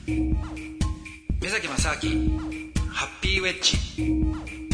目崎正明ハッピーウェッジ。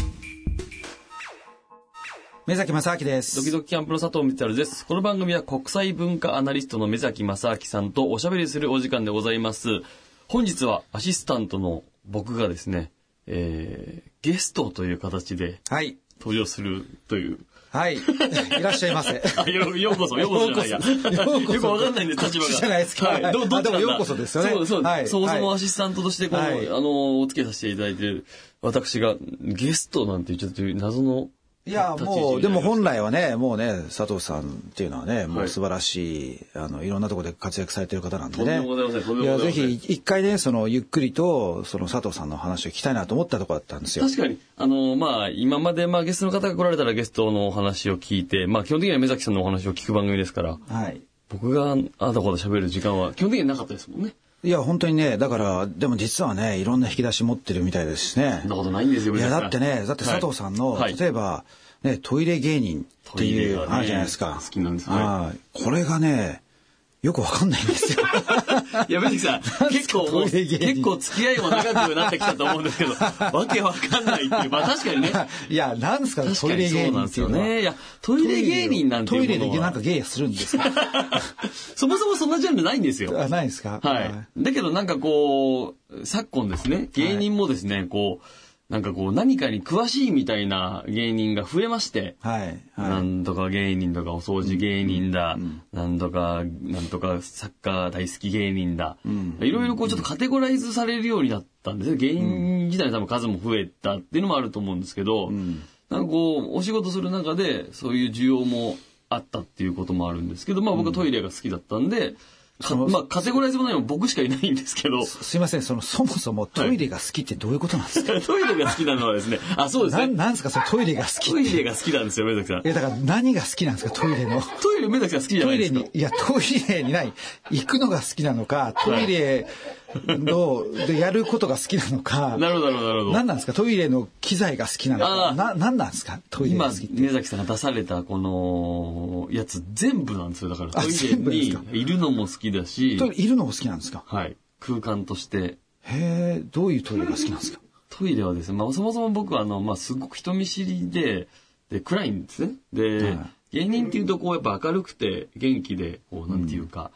目崎正明です。 ドキドキキャンプの佐藤光晴です。この番組は国際文化アナリストの目崎正明さんとおしゃべりするお時間でございます。本日はアシスタントの僕がですね、ゲストという形で登場するという、 はい、いらっしゃいませ。 ようこそじゃないや。よくわかんないんです、立場が。 じゃないですか。 はい、どっちなんだ。 でもようこそですよね。 そう、 はい、 そもそもアシスタントとしてお付き合いさせていただいている私がゲストなんて言っちゃってる謎の。 いや、もう、でも本来はね、もうね、佐藤さんっていうのはね、もう素晴らしい、いろんなところで活躍されてる方なんでね。いや、ぜひ、一回ね、ゆっくりと、佐藤さんの話を聞きたいなと思ったところだったんですよ。 確かに。今まで、ゲストの方が来られたらゲストのお話を聞いて、基本的には目崎さんのお話を聞く番組ですから、はい。僕があだこだ喋る時間は基本的になかったですもんね。 いや、本当にね、だから、でも実はね、いろんな引き出し持ってるみたいですしね。 そんなことないんですよ、 いや、だって佐藤さんの、はい、例えば、ね、トイレ芸人っていうあるじゃないですか。 好きなんです。 はい。これがね、よくわかんないんですよ。 いや、目崎さん、結構付き合いも長くなってきたと思うんですけど、わけわかんないっていう。確かにね。 いや、なんですか、トイレ芸人っていうのは。 いや、トイレ芸人なんていうのは。 トイレでなんか芸するんですか。 そもそもそんなジャンルないんですよ。 ないですか。 はい。だけど昨今ですね、芸人もですね、何かに詳しいみたいな芸人が増えまして、はいはい、なんとか芸人とかお掃除芸人だ、なんとかサッカー大好き芸人だ、いろいろちょっとカテゴライズされるようになったんですよ。芸人自体の多分数も増えたっていうのもあると思うんですけど、お仕事する中でそういう需要もあったっていうこともあるんですけど、僕はトイレが好きだったんで、カテゴライズもないのも僕しかいないんですけど。 すいません、そもそもトイレが好きってどういうことなんですか。 はい、トイレが好きなのはですね、そうですね。 なんですか、トイレが好きって。 トイレが好きなんですよ、目崎さん。 だから何が好きなんですか、トイレの。 トイレ目崎さん好きじゃないですか。 トイレに行くのが好きなのか、トイレでやることが好きなのか。 なるほど。 何なんですか、トイレの機材が好きなのか。何なんですか、トイレが好きって。 今、目崎さんが出されたこのやつ全部なんですよ。だからトイレにいるのも好きだし。 トイレいるのも好きなんですか。 はい。空間として。 へー、どういうトイレが好きなんですか。 トイレはですね、そもそも僕はすごく人見知りで暗いんですね。で、芸人っていうとやっぱ明るくて元気でなんていうか、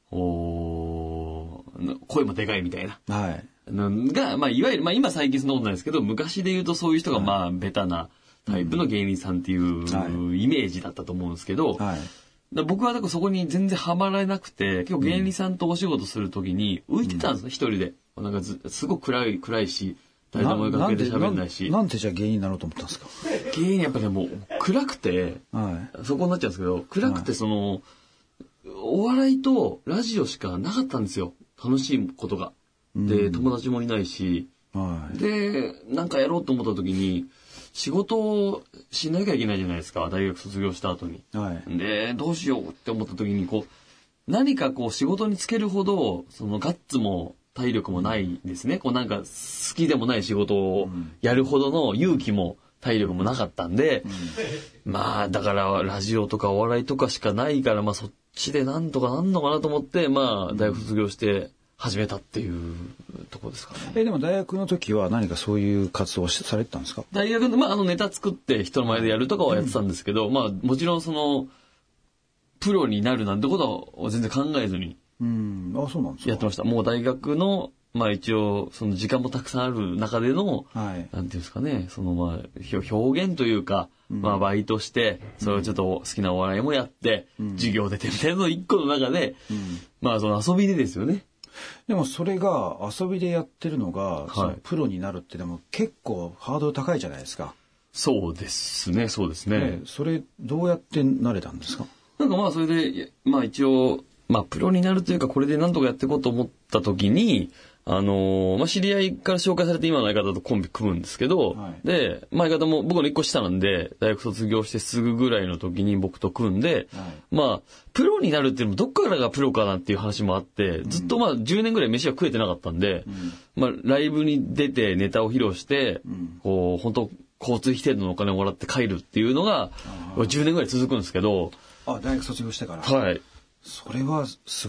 声もでかいみたいな。はい。が、いわゆる、今最近そんなことないですけど、昔で言うとそういう人がベタなタイプの芸人さんっていうイメージだったと思うんですけど、僕はそこに全然ハマらなくて、結構芸人さんとお仕事するときに浮いてたんですね、一人で。すごく暗いし、誰でも追いかけて喋んないし。 なんでじゃあ芸人になろうと思ったんですか。 芸人やっぱもう暗くて、そこになっちゃうんですけど、暗くてお笑いとラジオしかなかったんですよ。楽しいことが。で、友達もいないし、で、なんかやろうと思った時に、仕事をしなきゃいけないじゃないですか、大学卒業した後に。で、どうしようって思った時に、何か仕事に就けるほど、ガッツも体力もないんですね。なんか好きでもない仕事をやるほどの勇気も体力もなかったんで、だからラジオとかお笑いとかしかないから、そっちでなんとかなんのかなと思って、大学卒業して始めたっていうところですかね。 でも大学の時は何かそういう活動をされてたんですか。 大学の、ネタ作って人の前でやるとかはやってたんですけど、もちろんプロになるなんてことは全然考えずに。 そうなんですか。 やってました。もう大学の、一応、時間もたくさんある中での、なんていうんですかね、表現というか、バイトして、それをちょっと好きなお笑いもやって、授業出てみたいなの一個の中で、遊びでですよね。 でもそれが遊びでやってるのが、プロになるってでも結構ハードル高いじゃないですか。 そうですね。 それどうやってなれたんですか。 それで、一応、プロになるというか、これで何とかやっていこうと思った時に、知り合いから紹介されて今の相方とコンビ組むんですけど、で、相方も僕の一個下なんで、大学卒業してすぐぐらいの時に僕と組んで、プロになるっていうのもどっからがプロかなっていう話もあって、ずっと10年ぐらい飯は食えてなかったんで、ライブに出てネタを披露して、本当交通費程度のお金をもらって帰るっていうのが、10年ぐらい続くんですけど。 大学卒業してから。 はい。 それはすごい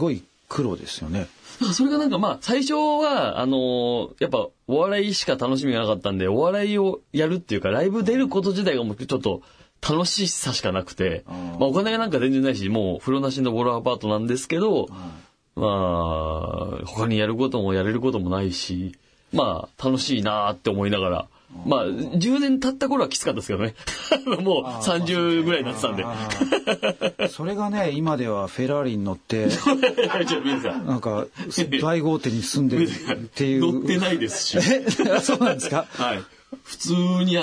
黒ですよね。 それがなんかまあ最初はやっぱお笑いしか楽しみがなかったんで、お笑いをやるっていうかライブ出ること自体がもうちょっと楽しさしかなくて、まあお金がなんか全然ないし、もう風呂なしのボロアパートなんですけど、まあ他にやることもやれることもないし、まあ楽しいなーって思いながら、まあ10年経った頃はきつかったですけどね。もう30ぐらいになってたんで。 それがね、今ではフェラーリに乗ってなんか大豪邸に住んでるっていう。 乗ってないですし。 そうなんですか。 はい。普通に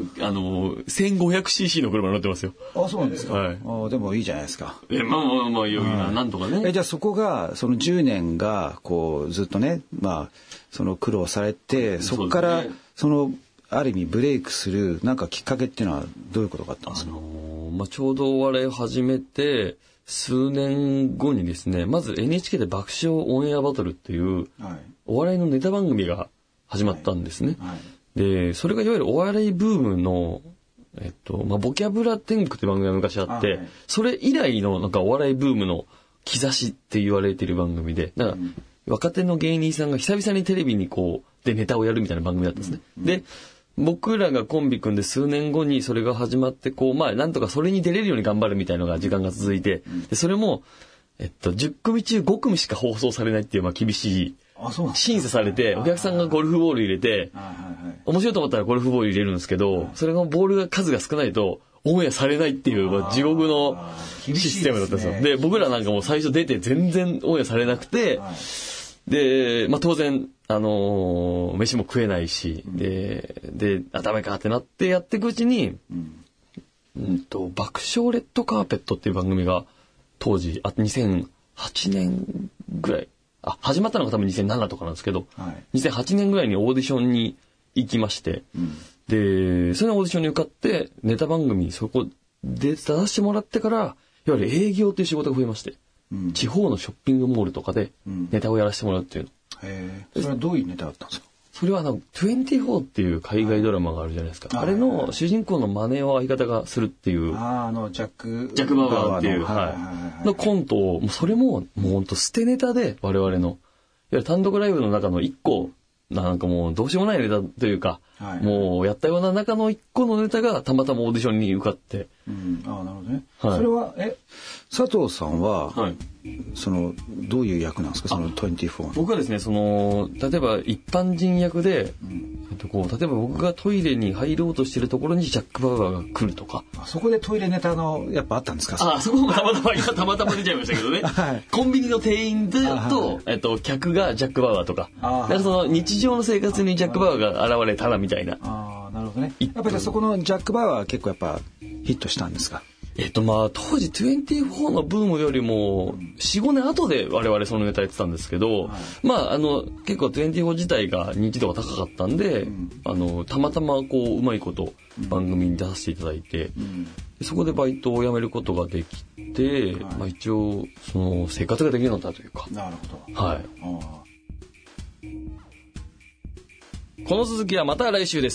1500cc の車乗ってますよ。 あ、そうなんですか。 はい。 でもいいじゃないですか。 まあなんとかね。 じゃあそこがその10年がこうずっとね、まあその苦労されて、そこからそのある意味ブレイクするなんかきっかけっていうのはどういうことがあったんですか。 まあちょうどお笑いを始めて数年後にですね、まず NHK で爆笑オンエアバトルっていうお笑いのネタ番組が始まったんですね。で、それがいわゆるお笑いブームのまあボキャブラ天国って番組が昔あって、それ以来のなんかお笑いブームの兆しって言われている番組で、なんか若手の芸人さんが久々にテレビにこうでネタをやるみたいな番組だったんですね。で、僕らがコンビ組んで数年後にそれが始まって、こう、まあ、なんとかそれに出れるように頑張るみたいなのが時間が続いて、で、それも、10組中5組しか放送されないっていう、まあ、厳しい、審査されて、お客さんがゴルフボール入れて、面白いと思ったらゴルフボール入れるんですけど、それのボールが数が少ないと、オンエアされないっていう、まあ、地獄のシステムだったんですよ。で、僕らなんかもう最初出て全然オンエアされなくて、で、まあ、当然、飯も食えないし、で、ダメかってなってやっていくうちに、爆笑レッドカーペットっていう番組が当時、2008年ぐらい、始まったのが多分2007とかなんですけど、2008年ぐらいにオーディションに行きまして、で、そのオーディションに受かって、ネタ番組そこで出させてもらってから、いわゆる営業っていう仕事が増えまして、地方のショッピングモールとかでネタをやらせてもらうっていうの。 それはどういうネタだったんですか。 それは24っていう海外ドラマがあるじゃないですか。あれの主人公の真似を相方がするっていう。 ジャック・バウアーっていう、のコントを、それももうほんと捨てネタで我々の、いわゆる単独ライブの中の一個、なんかもうどうしようもないネタというか、もうやったような中の一個のネタがたまたまオーディションに受かって。 なるほどね。それは、佐藤さんは、どういう役なんですか、その24。 僕はですね、例えば一般人役で、例えば僕がトイレに入ろうとしてるところにジャック・バウアーが来るとか。 そこでトイレネタの、やっぱあったんですか。 そこもたまたま出ちゃいましたけどね。コンビニの店員と、客がジャック・バウアーとか。だからその日常の生活にジャック・バウアーが現れたらみたいな。 なるほどね。やっぱりそこのジャック・バウアーは結構やっぱヒットしたんですか。 まあ当時24のブームよりも 4,5 年後で我々そのネタやってたんですけど、まあ結構24自体が認知度が高かったんで、たまたまこううまいこと番組に出させていただいて、そこでバイトを辞めることができて、まあ一応その生活ができるようになったというか。 なるほど。 はい。この続きはまた来週です。